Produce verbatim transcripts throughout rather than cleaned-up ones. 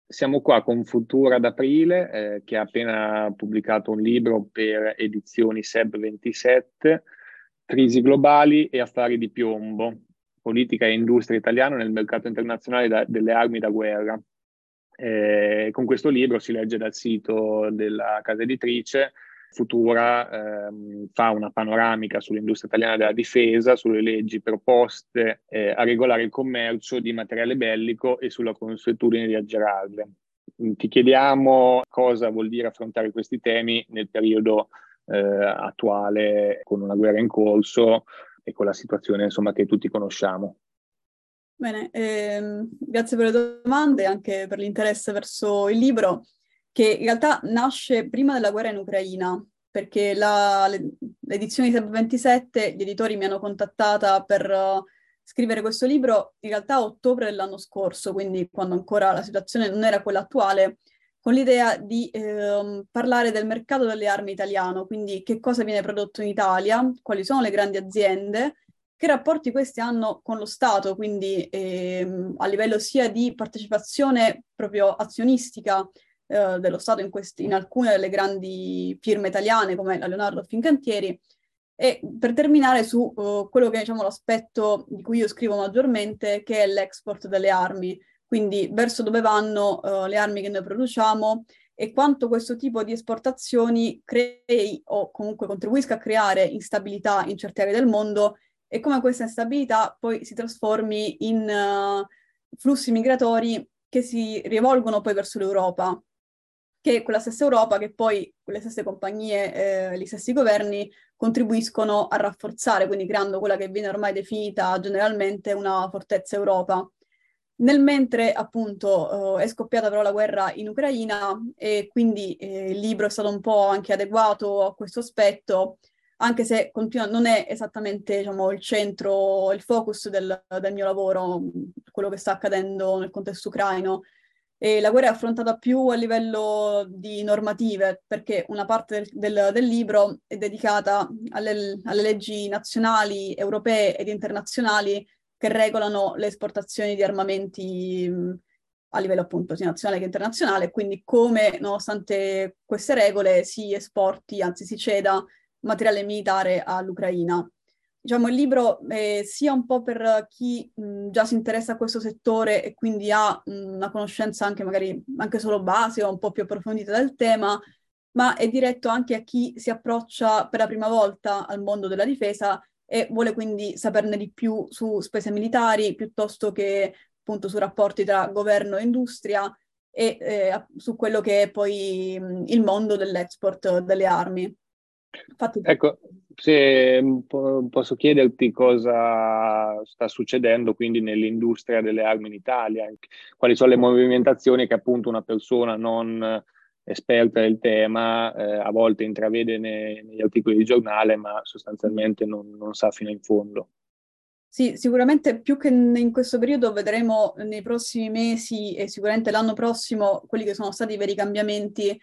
Siamo qua con Futura ad aprile, eh, che ha appena pubblicato un libro per edizioni S E B ventisette, Crisi globali e affari di piombo, politica e industria italiana nel mercato internazionale da- delle armi da guerra. Eh, con questo libro, si legge dal sito della casa editrice, Futura ehm, fa una panoramica sull'industria italiana della difesa, sulle leggi proposte eh, a regolare il commercio di materiale bellico e sulla consuetudine di aggirarle. Ti chiediamo cosa vuol dire affrontare questi temi nel periodo eh, attuale, con una guerra in corso e con la situazione, insomma, che tutti conosciamo. Bene, ehm, grazie per le domande e anche per l'interesse verso il libro, che in realtà nasce prima della guerra in Ucraina, perché la, le- l'edizione di S E B ventisette, gli editori mi hanno contattata per uh, scrivere questo libro in realtà a ottobre dell'anno scorso, quindi quando ancora la situazione non era quella attuale, con l'idea di ehm, parlare del mercato delle armi italiano, quindi che cosa viene prodotto in Italia, quali sono le grandi aziende, che rapporti questi hanno con lo Stato, quindi ehm, a livello sia di partecipazione proprio azionistica eh, dello Stato in, questi, in alcune delle grandi firme italiane come la Leonardo Fincantieri, e per terminare su uh, quello che è, diciamo, l'aspetto di cui io scrivo maggiormente, che è l'export delle armi, quindi verso dove vanno uh, le armi che noi produciamo e quanto questo tipo di esportazioni crei o comunque contribuisca a creare instabilità in certe aree del mondo e come questa instabilità poi si trasformi in uh, flussi migratori che si rivolgono poi verso l'Europa, che è quella stessa Europa che poi quelle stesse compagnie, eh, gli stessi governi contribuiscono a rafforzare, quindi creando quella che viene ormai definita generalmente una fortezza Europa. Nel mentre appunto eh, è scoppiata però la guerra in Ucraina e quindi eh, il libro è stato un po' anche adeguato a questo aspetto, anche se continua, non è esattamente, diciamo, il centro, il focus del, del mio lavoro, quello che sta accadendo nel contesto ucraino. E la guerra è affrontata più a livello di normative, perché una parte del, del- del libro è dedicata alle, alle leggi nazionali, europee ed internazionali che regolano le esportazioni di armamenti mh, a livello appunto sia nazionale che internazionale, quindi come, nonostante queste regole, si esporti, anzi si ceda materiale militare all'Ucraina. Diciamo, il libro è sia un po' per chi mh, già si interessa a questo settore e quindi ha mh, una conoscenza anche magari anche solo base o un po' più approfondita del tema, ma è diretto anche a chi si approccia per la prima volta al mondo della difesa e vuole quindi saperne di più su spese militari piuttosto che appunto su rapporti tra governo e industria e eh, su quello che è poi mh, il mondo dell'export delle armi. Infatti, Ecco, se mm, po- posso chiederti cosa sta succedendo quindi nell'industria delle armi in Italia, quali sono le movimentazioni che appunto una persona non eh, esperta del tema eh, a volte intravede ne- negli articoli di giornale, ma sostanzialmente non, non sa fino in fondo. sì, sicuramente più che in questo periodo vedremo nei prossimi mesi e sicuramente l'anno prossimo quelli che sono stati i veri cambiamenti,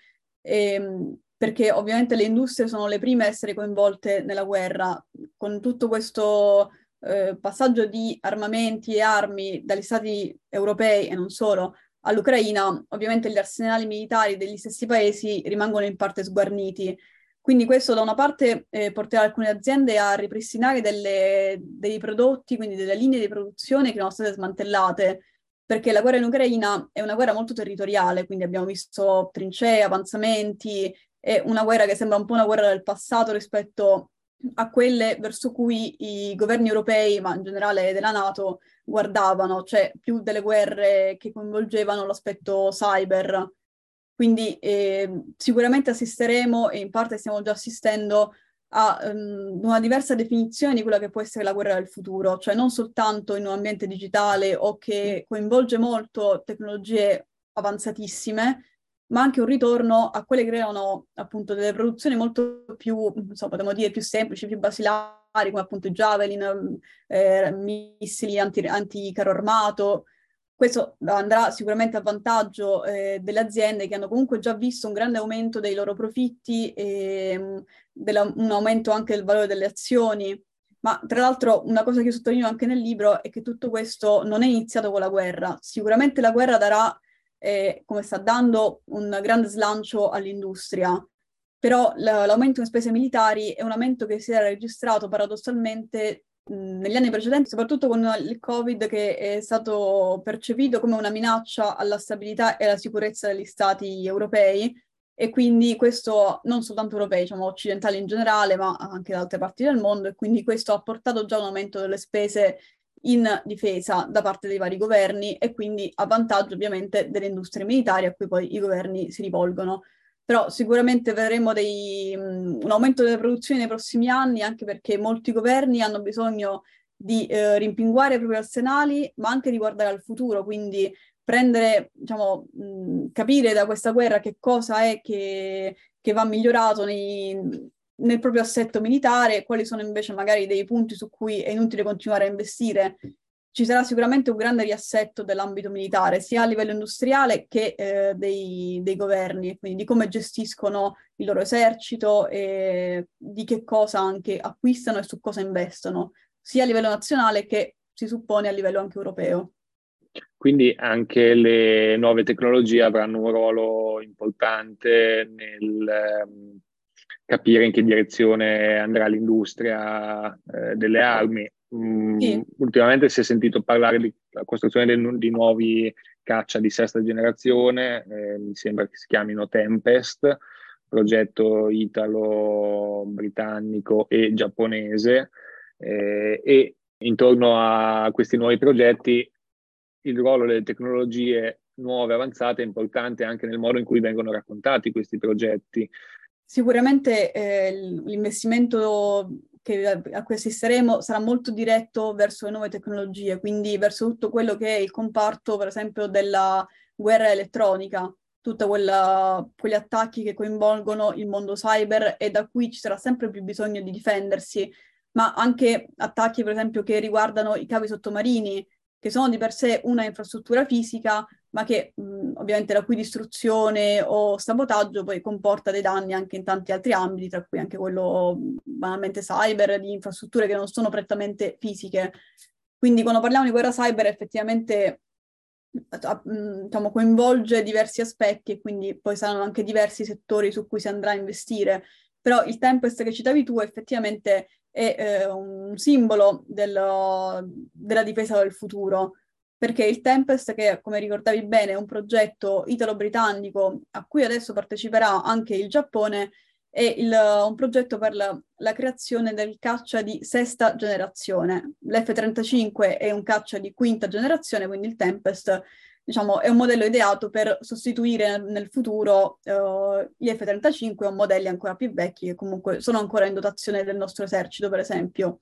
ehm, perché ovviamente le industrie sono le prime a essere coinvolte nella guerra. Con tutto questo eh, passaggio di armamenti e armi dagli stati europei e non solo all'Ucraina, ovviamente gli arsenali militari degli stessi paesi rimangono in parte sguarniti. Quindi questo da una parte eh, porterà alcune aziende a ripristinare delle- dei prodotti, quindi delle linee di produzione che erano state smantellate, perché la guerra in Ucraina è una guerra molto territoriale, quindi abbiamo visto trincee, avanzamenti, è una guerra che sembra un po' una guerra del passato rispetto a quelle verso cui i governi europei, ma in generale della NATO, guardavano, cioè più delle guerre che coinvolgevano l'aspetto cyber. Quindi eh, sicuramente assisteremo, e in parte stiamo già assistendo, a um, una diversa definizione di quella che può essere la guerra del futuro, cioè non soltanto in un ambiente digitale o che coinvolge molto tecnologie avanzatissime, ma anche un ritorno a quelle che erano appunto delle produzioni molto più, insomma, potremmo dire, più semplici, più basilari, come appunto i Javelin, eh, missili anti, anticarro armato. Questo andrà sicuramente a vantaggio eh, delle aziende che hanno comunque già visto un grande aumento dei loro profitti e mh, della- un aumento anche del valore delle azioni. Ma tra l'altro una cosa che io sottolineo anche nel libro è che tutto questo non è iniziato con la guerra. Sicuramente la guerra darà e come sta dando un grande slancio all'industria. Però l'aumento in spese militari è un aumento che si era registrato paradossalmente mh, negli anni precedenti, soprattutto con il Covid, che è stato percepito come una minaccia alla stabilità e alla sicurezza degli stati europei, e quindi questo non soltanto europei, diciamo occidentali in generale, ma anche da altre parti del mondo, e quindi questo ha portato già a un aumento delle spese in difesa da parte dei vari governi e quindi a vantaggio ovviamente delle industrie militari a cui poi i governi si rivolgono. Però sicuramente vedremo dei, um, un aumento delle produzioni nei prossimi anni, anche perché molti governi hanno bisogno di eh, rimpinguare i propri arsenali, ma anche di guardare al futuro, quindi prendere, diciamo, mh, capire da questa guerra che cosa è che, che va migliorato nei, nel proprio assetto militare, quali sono invece magari dei punti su cui è inutile continuare a investire. Ci sarà sicuramente un grande riassetto dell'ambito militare, sia a livello industriale che eh, dei, dei governi, quindi di come gestiscono il loro esercito e di che cosa anche acquistano e su cosa investono, sia a livello nazionale che si suppone a livello anche europeo. Quindi anche le nuove tecnologie avranno un ruolo importante nel ehm, capire in che direzione andrà l'industria eh, delle armi. Mm, Sì. ultimamente si è sentito parlare di la costruzione del- di nuovi caccia di sesta generazione, eh, mi sembra che si chiamino Tempest, progetto italo-britannico e giapponese, eh, e intorno a questi nuovi progetti il ruolo delle tecnologie nuove, avanzate, è importante anche nel modo in cui vengono raccontati questi progetti. Sicuramente eh, l'investimento che, a cui assisteremo sarà molto diretto verso le nuove tecnologie, quindi verso tutto quello che è il comparto, per esempio, della guerra elettronica, tutti quegli attacchi che coinvolgono il mondo cyber e da cui ci sarà sempre più bisogno di difendersi, ma anche attacchi, per esempio, che riguardano i cavi sottomarini, che sono di per sé una infrastruttura fisica, ma che mh, ovviamente la cui distruzione o sabotaggio poi comporta dei danni anche in tanti altri ambiti, tra cui anche quello mh, banalmente cyber, di infrastrutture che non sono prettamente fisiche. Quindi quando parliamo di guerra cyber effettivamente mh, diciamo, coinvolge diversi aspetti e quindi poi saranno anche diversi settori su cui si andrà a investire. Però il Tempest che citavi tu effettivamente è eh, un simbolo del, della difesa del futuro, perché il Tempest, che come ricordavi bene è un progetto italo-britannico a cui adesso parteciperà anche il Giappone, è il, un progetto per la, la creazione del caccia di sesta generazione. L'F trentacinque è un caccia di quinta generazione, quindi il Tempest, diciamo, è un modello ideato per sostituire nel, nel futuro uh, gli F trentacinque o modelli ancora più vecchi che comunque sono ancora in dotazione del nostro esercito, per esempio.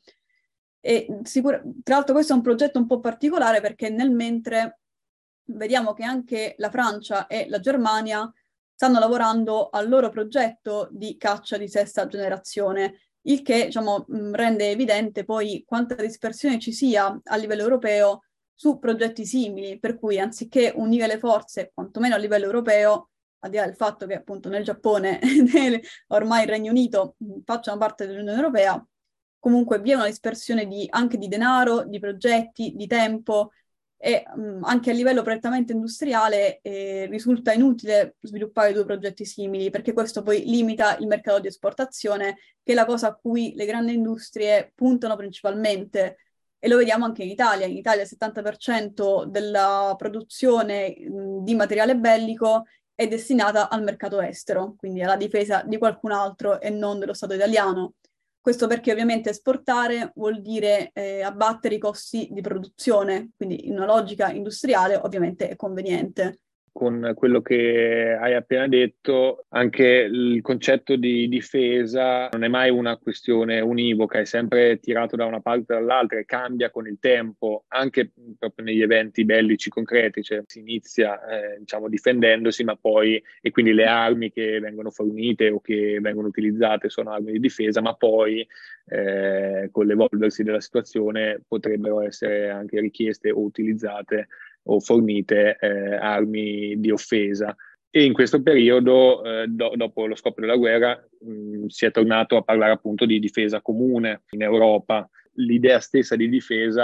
E sicur- tra l'altro questo è un progetto un po' particolare perché nel mentre vediamo che anche la Francia e la Germania stanno lavorando al loro progetto di caccia di sesta generazione, il che, diciamo, mh, rende evidente poi quanta dispersione ci sia a livello europeo su progetti simili, per cui anziché unire le forze, quantomeno a livello europeo, al di là del fatto che appunto nel Giappone ormai il Regno Unito facciano parte dell'Unione Europea, comunque vi è una dispersione di, anche di denaro, di progetti, di tempo, e mh, anche a livello prettamente industriale eh, risulta inutile sviluppare due progetti simili, perché questo poi limita il mercato di esportazione, che è la cosa a cui le grandi industrie puntano principalmente. E lo vediamo anche in Italia. In Italia il settanta per cento della produzione mh, di materiale bellico è destinata al mercato estero, quindi alla difesa di qualcun altro e non dello Stato italiano. Questo perché ovviamente esportare vuol dire eh, abbattere i costi di produzione, quindi in una logica industriale ovviamente è conveniente. Con quello che hai appena detto, anche il concetto di difesa non è mai una questione univoca, è sempre tirato da una parte o dall'altra e cambia con il tempo, anche proprio negli eventi bellici concreti, cioè si inizia eh, diciamo difendendosi, ma poi, e quindi le armi che vengono fornite o che vengono utilizzate sono armi di difesa, ma poi eh, con l'evolversi della situazione potrebbero essere anche richieste o utilizzate o fornite eh, armi di offesa. E in questo periodo, eh, do- dopo lo scoppio della guerra, mh, si è tornato a parlare appunto di difesa comune in Europa. L'idea stessa di difesa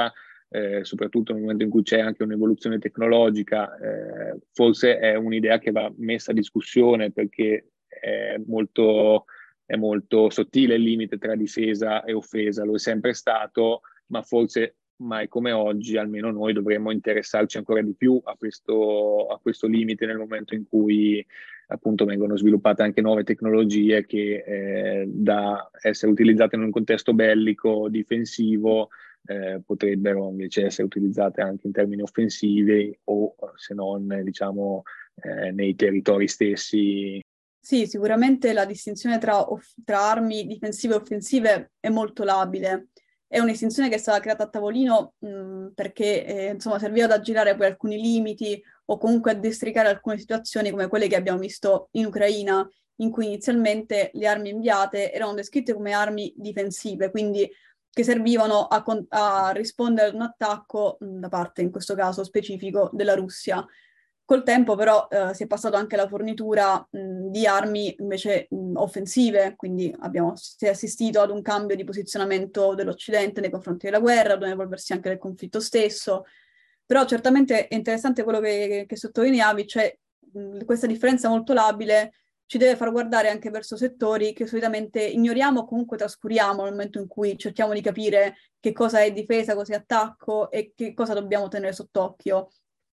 eh, soprattutto nel momento in cui c'è anche un'evoluzione tecnologica, eh, forse è un'idea che va messa a discussione, perché è molto, è molto sottile il limite tra difesa e offesa, lo è sempre stato, ma forse mai come oggi, almeno noi dovremmo interessarci ancora di più a questo, a questo limite, nel momento in cui appunto vengono sviluppate anche nuove tecnologie che eh, da essere utilizzate in un contesto bellico, difensivo, eh, potrebbero invece essere utilizzate anche in termini offensivi o se non, diciamo, eh, nei territori stessi. Sì, sicuramente la distinzione tra, off- tra armi difensive e offensive è molto labile. È una distinzione che è stata creata a tavolino mh, perché eh, insomma, serviva ad aggirare poi alcuni limiti o comunque a destricare alcune situazioni come quelle che abbiamo visto in Ucraina, in cui inizialmente le armi inviate erano descritte come armi difensive, quindi che servivano a, con- a rispondere ad un attacco mh, da parte, in questo caso specifico, della Russia. Col tempo però eh, si è passato anche alla fornitura mh, di armi invece mh, offensive, quindi abbiamo si è assistito ad un cambio di posizionamento dell'Occidente nei confronti della guerra, ad un evolversi anche del conflitto stesso. Però certamente è interessante quello che, che sottolineavi, cioè mh, questa differenza molto labile ci deve far guardare anche verso settori che solitamente ignoriamo o comunque trascuriamo nel momento in cui cerchiamo di capire che cosa è difesa, cosa è attacco e che cosa dobbiamo tenere sott'occhio.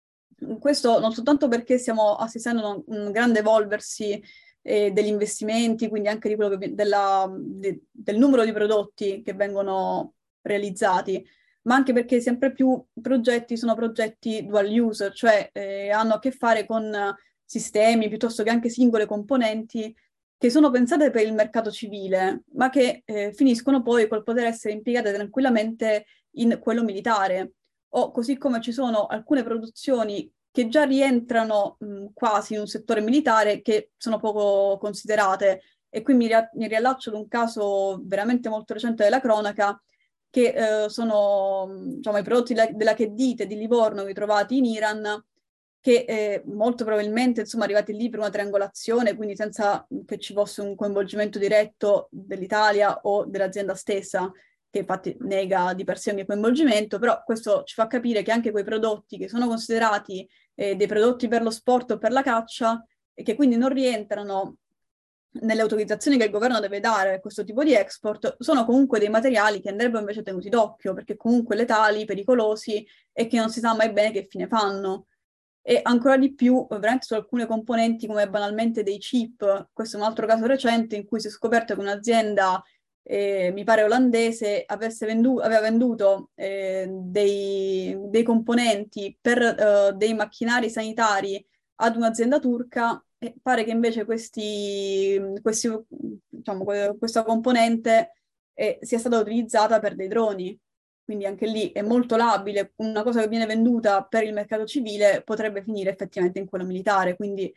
Questo non soltanto perché stiamo assistendo a un grande evolversi eh, degli investimenti, quindi anche di quello che, della, de, del numero di prodotti che vengono realizzati, ma anche perché sempre più progetti sono progetti dual use, cioè eh, hanno a che fare con sistemi piuttosto che anche singole componenti che sono pensate per il mercato civile, ma che eh, finiscono poi col poter essere impiegate tranquillamente in quello militare. O così come ci sono alcune produzioni che già rientrano mh, quasi in un settore militare che sono poco considerate. E qui mi, ria- mi riallaccio ad un caso veramente molto recente della cronaca, che eh, sono diciamo, i prodotti della, della Cheddite di Livorno ritrovati in Iran, che eh, molto probabilmente insomma arrivati lì per una triangolazione, quindi senza che ci fosse un coinvolgimento diretto dell'Italia o dell'azienda stessa, che infatti nega di per sé ogni coinvolgimento, però questo ci fa capire che anche quei prodotti che sono considerati eh, dei prodotti per lo sport o per la caccia e che quindi non rientrano nelle autorizzazioni che il governo deve dare a questo tipo di export, sono comunque dei materiali che andrebbero invece tenuti d'occhio, perché comunque letali, pericolosi e che non si sa mai bene che fine fanno. E ancora di più, veramente su alcune componenti come banalmente dei chip, questo è un altro caso recente in cui si è scoperto che un'azienda, eh, mi pare olandese, avesse vendu- aveva venduto eh, dei, dei componenti per eh, dei macchinari sanitari ad un'azienda turca e pare che invece questi, questi, diciamo, questa componente eh, sia stata utilizzata per dei droni. Quindi anche lì è molto labile, una cosa che viene venduta per il mercato civile potrebbe finire effettivamente in quello militare, quindi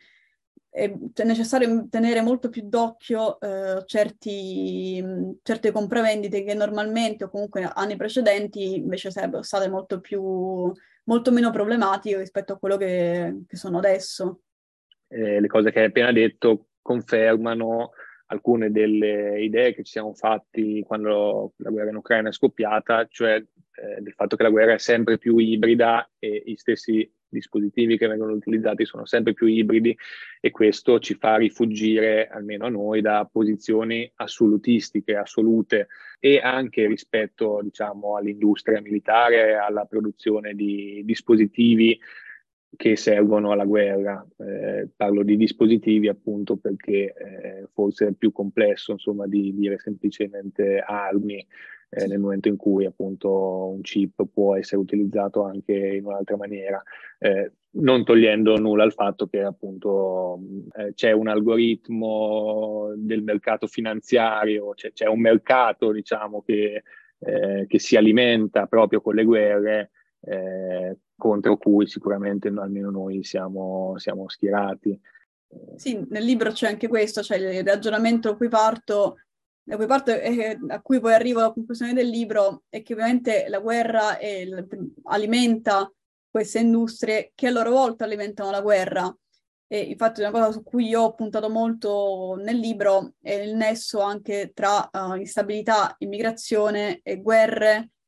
è necessario tenere molto più d'occhio eh, certi, certe compravendite che normalmente o comunque anni precedenti invece sarebbero state molto più, molto meno problematiche rispetto a quello che, che sono adesso. Eh, le cose che hai appena detto confermano alcune delle idee che ci siamo fatti quando la guerra in Ucraina è scoppiata, cioè eh, del fatto che la guerra è sempre più ibrida e gli stessi dispositivi che vengono utilizzati sono sempre più ibridi, e questo ci fa rifuggire, almeno a noi, da posizioni assolutistiche, assolute, e anche rispetto, diciamo, all'industria militare, alla produzione di dispositivi che servono alla guerra. Eh, parlo di dispositivi appunto perché eh, forse è più complesso, insomma, di dire semplicemente armi, eh, nel momento in cui appunto un chip può essere utilizzato anche in un'altra maniera. Eh, non togliendo nulla al fatto che appunto eh, c'è un algoritmo del mercato finanziario, c'è, c'è un mercato, diciamo, che, eh, che si alimenta proprio con le guerre, eh, contro cui sicuramente almeno noi siamo, siamo schierati. Sì, nel libro c'è anche questo, cioè il ragionamento da cui parto, da cui parto e a cui poi arrivo alla conclusione del libro, è che ovviamente la guerra è, alimenta queste industrie che a loro volta alimentano la guerra. E infatti una cosa su cui io ho puntato molto nel libro è il nesso anche tra uh, instabilità, immigrazione e guerre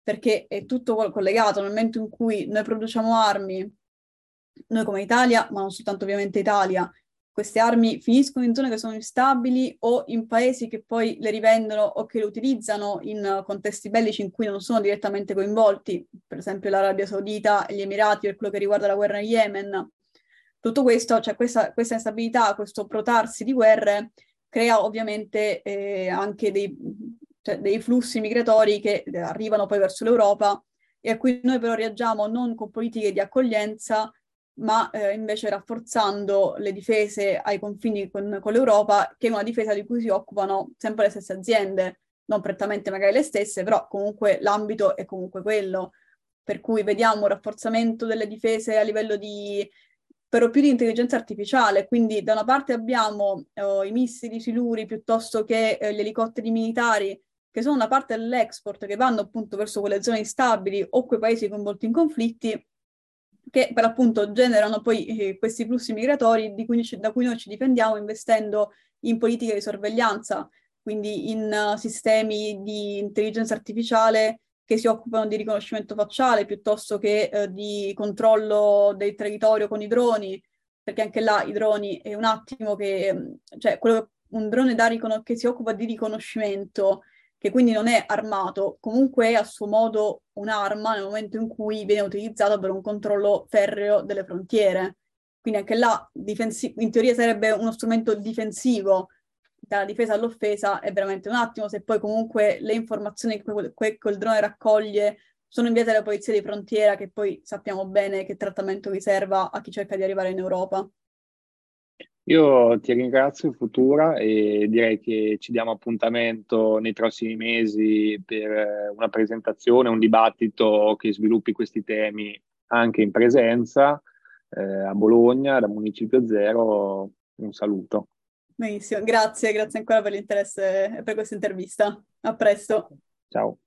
perché è tutto collegato. Nel momento in cui noi produciamo armi, noi come Italia, ma non soltanto ovviamente Italia, queste armi finiscono in zone che sono instabili o in paesi che poi le rivendono o che le utilizzano in contesti bellici in cui non sono direttamente coinvolti, per esempio l'Arabia Saudita e gli Emirati per quello che riguarda la guerra in Yemen. Tutto questo, cioè questa, questa instabilità, questo protarsi di guerre, crea ovviamente eh, anche dei, cioè, dei flussi migratori che arrivano poi verso l'Europa e a cui noi però reagiamo non con politiche di accoglienza, ma eh, invece rafforzando le difese ai confini con, con l'Europa, che è una difesa di cui si occupano sempre le stesse aziende, non prettamente magari le stesse, però comunque l'ambito è comunque quello. Per cui vediamo un rafforzamento delle difese a livello di, però più di intelligenza artificiale, quindi da una parte abbiamo eh, i missili siluri piuttosto che eh, gli elicotteri militari, che sono una parte dell'export, che vanno appunto verso quelle zone instabili o quei paesi coinvolti in conflitti, che per appunto generano poi eh, questi flussi migratori di cui, da cui noi ci difendiamo investendo in politiche di sorveglianza, quindi in uh, sistemi di intelligenza artificiale che si occupano di riconoscimento facciale piuttosto che eh, di controllo del territorio con i droni, perché anche là i droni è un attimo che, cioè quello, un drone da riconos- che si occupa di riconoscimento, che quindi non è armato, comunque è a suo modo un'arma nel momento in cui viene utilizzato per un controllo ferreo delle frontiere. Quindi anche là, difensi- in teoria sarebbe uno strumento difensivo, dalla difesa all'offesa è veramente un attimo, se poi comunque le informazioni che quel, che quel drone raccoglie sono inviate alla polizia di frontiera, che poi sappiamo bene che trattamento riserva a chi cerca di arrivare in Europa. Io ti ringrazio, Futura, e direi che ci diamo appuntamento nei prossimi mesi per eh, una presentazione, un dibattito che sviluppi questi temi anche in presenza eh, a Bologna, da Municipio Zero. Un saluto. Benissimo, grazie, grazie ancora per l'interesse e per questa intervista. A presto. Ciao.